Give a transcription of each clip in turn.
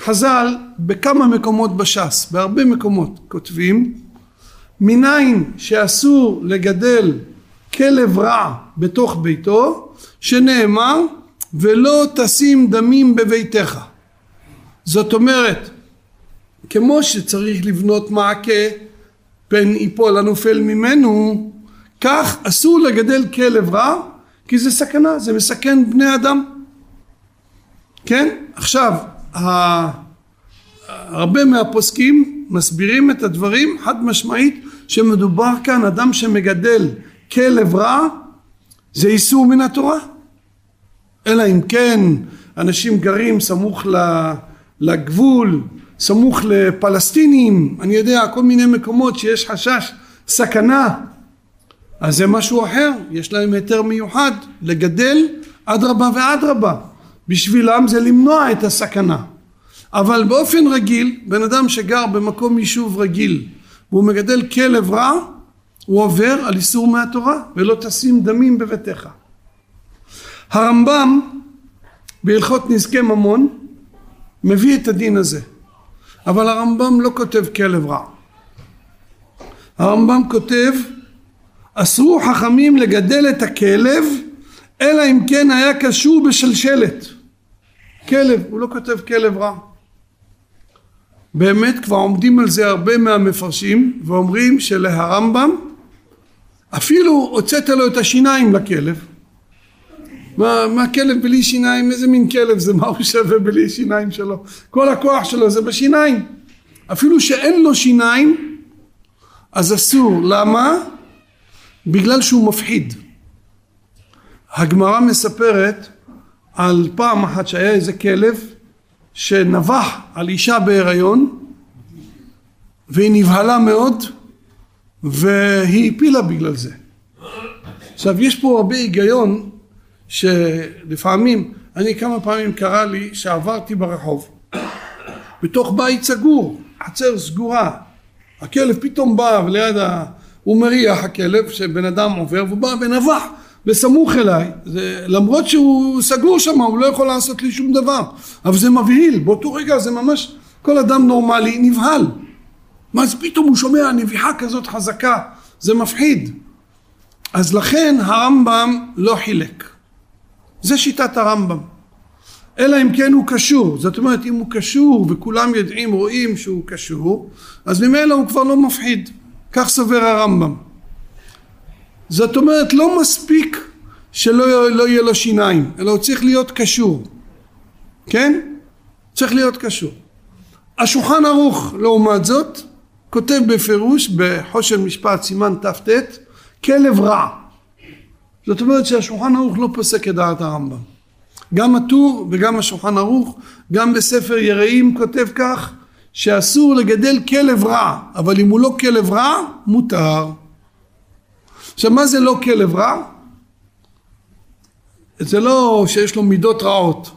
חז"ל בכמה מקומות בש"ס, בהרבה מקומות כותבים, מניין שאסור לגדל כלב רע בתוך ביתו, שנאמר ולא תשים דמים בביתך. זאת אומרת, כמו שצריך לבנות מעקה פן ייפול הנופל ממנו, כך אסור לגדל כלב רע, כי זה סכנה, זה מסכן בני אדם. כן? עכשיו, הרבה מהפוסקים מסבירים את הדברים חד משמעית, שמדובר כאן אדם שמגדל כלב רע, זה איסור מן התורה. אלא אם כן אנשים גרים סמוך לגבול, סמוך לפלסטינים, אני יודע, כל מיני מקומות שיש חשש סכנה, אז זה משהו אחר, יש להם היתר מיוחד לגדל, אדרבה ואדרבה, בשבילם זה למנוע את הסכנה. אבל באופן רגיל, בן אדם שגר במקום יישוב רגיל והוא מגדל כלב רע, הוא עובר על איסור מהתורה, ולא תשים דמים בביתך. הרמב"ם בהלכות נזקי ממון מביא את הדין הזה, אבל הרמב"ם לא כותב כלב רע. הרמב"ם כותב אסרו חכמים לגדל את הכלב אלא אם כן היה קשור בשלשלת. כלב, הוא לא כותב כלב רע. באמת כבר עומדים על זה הרבה מהמפרשים ואומרים שלהרמב"ם אפילו הוצאת לו את השיניים לכלב. מה כלב בלי שיניים? איזה מין כלב זה? מה הוא שווה בלי שיניים שלו? כל הכוח שלו זה בשיניים. אפילו שאין לו שיניים אז אסור. למה? בגלל שהוא מפחיד. הגמרא מספרת על פעם אחת שהיה איזה כלב שנבח על אישה בהיריון והיא נבהלה מאוד והיא הפילה בגלל זה. עכשיו יש פה הרבה היגיון, שלפעמים, אני כמה פעמים קרה לי שעברתי ברחוב בתוך בית סגור, חצר סגורה, הכלב פתאום בא וליד הוא מריח הכלב שבן אדם עובר והוא בא ונבח בסמוך אליי, למרות שהוא סגור שם, הוא לא יכול לעשות לי שום דבר, אבל זה מבהיל. באותו רגע זה ממש, כל אדם נורמלי נבהל. מה אז פתאום הוא שומע נביחה כזאת חזקה, זה מפחיד. אז לכן הרמב"ם לא חילק. זה שיטת הרמב"ם. אלא אם כן הוא קשור. זאת אומרת, אם הוא קשור וכולם יודעים, רואים שהוא קשור, אז ממילא הוא כבר לא מפחיד. כך סובר הרמב"ם. זאת אומרת, לא מספיק שלא יהיה לו שיניים, אלא הוא צריך להיות קשור. כן? צריך להיות קשור. השולחן ערוך לעומת זאת, כותב בפירוש בחושן משפט סימן ת"ט, כלב רע. זאת אומרת שהשולחן ערוך לא פוסק כדעת הרמב"ם. גם הטור וגם השולחן ערוך, גם בספר יראים כותב כך, שאסור לגדל כלב רע, אבל אם הוא לא כלב רע, מותר. עכשיו מה זה לא כלב רע? זה לא שיש לו מידות רעות.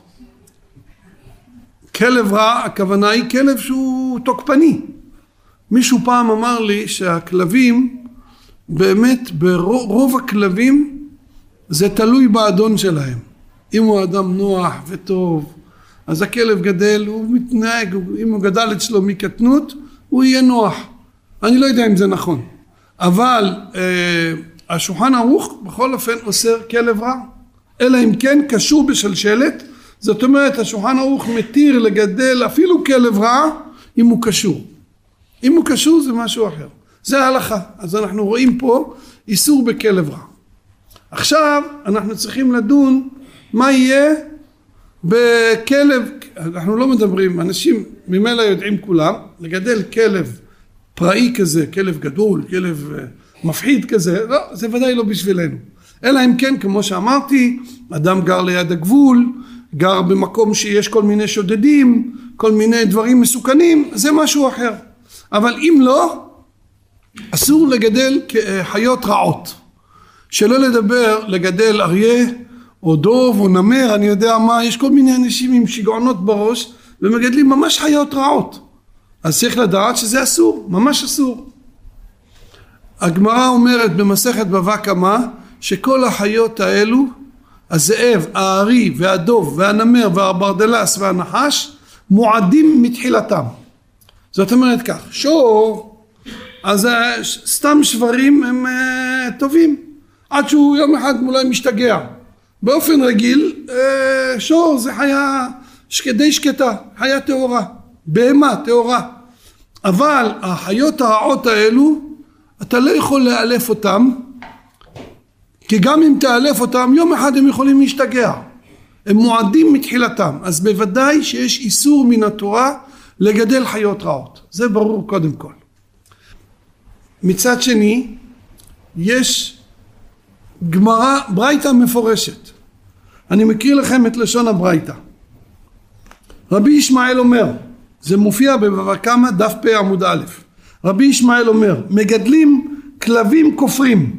כלב רע, הכוונה היא כלב שהוא תוקפני. מישהו פעם אמר לי שהכלבים, באמת ברוב הכלבים זה תלוי באדון שלהם. אם הוא אדם נוח וטוב, אז הכלב גדל, הוא מתנהג, אם הוא גדל אצלו מקטנות, הוא יהיה נוח. אני לא יודע אם זה נכון. אבל השולחן ערוך בכל אופן אוסר כלב רע. אלא אם כן קשור בשלשלת, זאת אומרת השולחן ערוך מתיר לגדל אפילו כלב רע אם הוא קשור. אם הוא קשור זה משהו אחר. זה ההלכה. אז אנחנו רואים פה איסור בכלב רע. עכשיו אנחנו צריכים לדון מה יהיה בכלב, אנחנו לא מדברים, אנשים ממילא יודעים כולם, לגדל כלב פראי כזה, כלב גדול, כלב מפחיד כזה, לא, זה ודאי לא בשבילנו. אלא אם כן, כמו שאמרתי, אדם גר ליד הגבול, גר במקום שיש כל מיני שודדים, כל מיני דברים מסוכנים, זה משהו אחר. אבל אם לא, אסור לגדל חיות רעות. שלא לדבר לגדל אריה או דוב או נמר, אני יודע מה, יש כל מיני אנשים עם שיגעונות בראש ומגדלים ממש חיות רעות. אז צריך לדעת שזה אסור, ממש אסור. הגמרא אומרת במסכת בבא קמא שכל החיות האלו, הזאב, הארי והדוב והנמר והברדלס והנחש, מועדים מתחילתם. זאת אומרת כך, שור, אז סתם שברים הם טובים, עד שהוא יום אחד אולי משתגע. באופן רגיל, שור זה חיה די שקטה, חיה טהורה, בהמה טהורה. אבל החיות הרעות האלו, אתה לא יכול לאלף אותם, כי גם אם תאלף אותם, יום אחד הם יכולים להשתגע. הם מועדים מתחילתם, אז בוודאי שיש איסור מן התורה לגדל חיות רעות. זה ברור קודם כל. מצד שני, יש גמרא, ברייתא מפורשת. אני מקריא לכם את לשון הברייתא. רבי ישמעאל אומר, זה מופיע בבבא קמא דף פ עמוד א', רבי ישמעאל אומר, מגדלים כלבים כופרים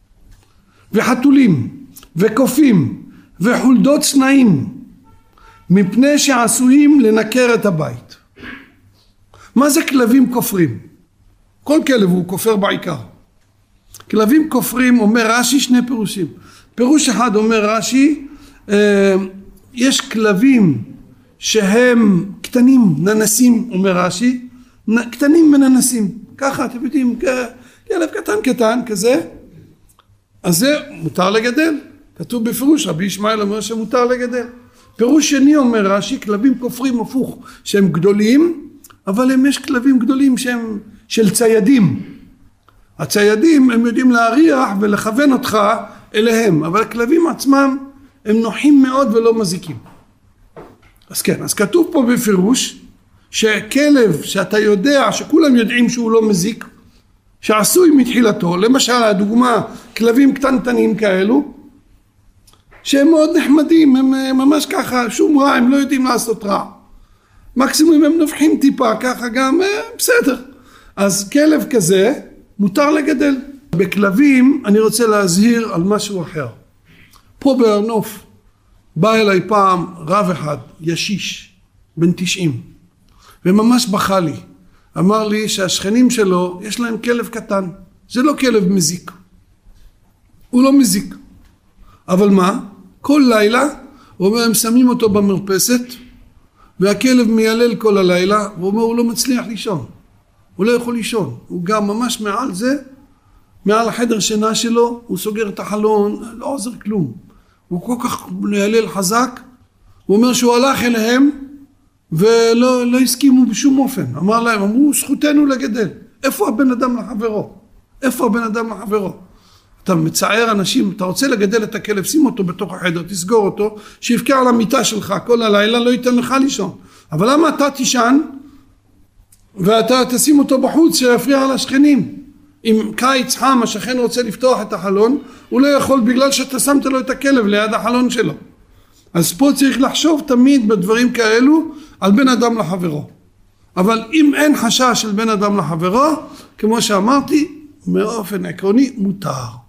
וחתולים וקופים וחולדות צנעים מפני שעשויים לנקר את הבית. מה זה כלבים כופרים? כל כלב הוא כופר בעיקר. כלבים כופרים, אומר רש"י, שני פירושים. פירוש אחד אומר רש"י, יש כלבים שהם קטנים, ננסים, אומר רש"י, קטנים וננסים, ככה אתם יודעים, כלב קטן כזה, אז זה מותר לגדל. כתוב בפירוש, רבי ישמעאל אומר שמותר לגדל. פירוש שני אומר רש"י, כלבים כופרים הפוך, שהם גדולים, אבל יש כלבים גדולים שהם של ציידים. הציידים הם יודעים להריח ולכוון אותך אליהם, אבל הכלבים עצמם הם נוחים מאוד ולא מזיקים. אז כן, אז כתוב פה בפירוש שכלב שאתה יודע, שכולם יודעים שהוא לא מזיק, שעשוי מתחילתו, למשל הדוגמה כלבים קטנטנים כאלו, שהם מאוד נחמדים, הם ממש ככה, שום רע, הם לא יודעים לעשות רע. מקסימום הם נובחים טיפה, ככה גם בסדר. אז כלב כזה מותר לגדל. בכלבים אני רוצה להזהיר על משהו אחר. פה בהר נוף בא אליי פעם רב אחד, ישיש, בן 90, וממש בכה לי. אמר לי שהשכנים שלו יש להם כלב קטן. זה לא כלב מזיק. הוא לא מזיק. אבל מה? כל לילה, הוא אומר, הם שמים אותו במרפסת, והכלב מיילל כל הלילה, והוא אומר, הוא לא מצליח לישון. הוא לא יכול לישון. הוא גם ממש מעל זה, מעל החדר שינה שלו, הוא סוגר את החלון, לא עוזר כלום. הוא כל כך מיילל חזק, הוא אומר שהוא הלך אליהם, ולא הסכימו בשום אופן. אמר להם, אמרו, זכותנו לגדל. איפה הבן אדם לחברו? איפה הבן אדם לחברו? אתה מצער אנשים, אתה רוצה לגדל את הכלב, שים אותו בתוך החדר, תסגור אותו, שיבקע על המיטה שלך כל הלילה, לא ייתן לך לישון. אבל למה אתה תישן, ואתה תשים אותו בחוץ שיפריע לשכנים? אם קיץ חם, השכן רוצה לפתוח את החלון, הוא לא יכול בגלל שאתה שמת לו את הכלב ליד החלון שלו. אז פה צריך לחשוב תמיד בדברים כאלו על בן אדם לחברו. אבל אם אין חשש של בן אדם לחברו, כמו שאמרתי, באופן עקרוני מותר.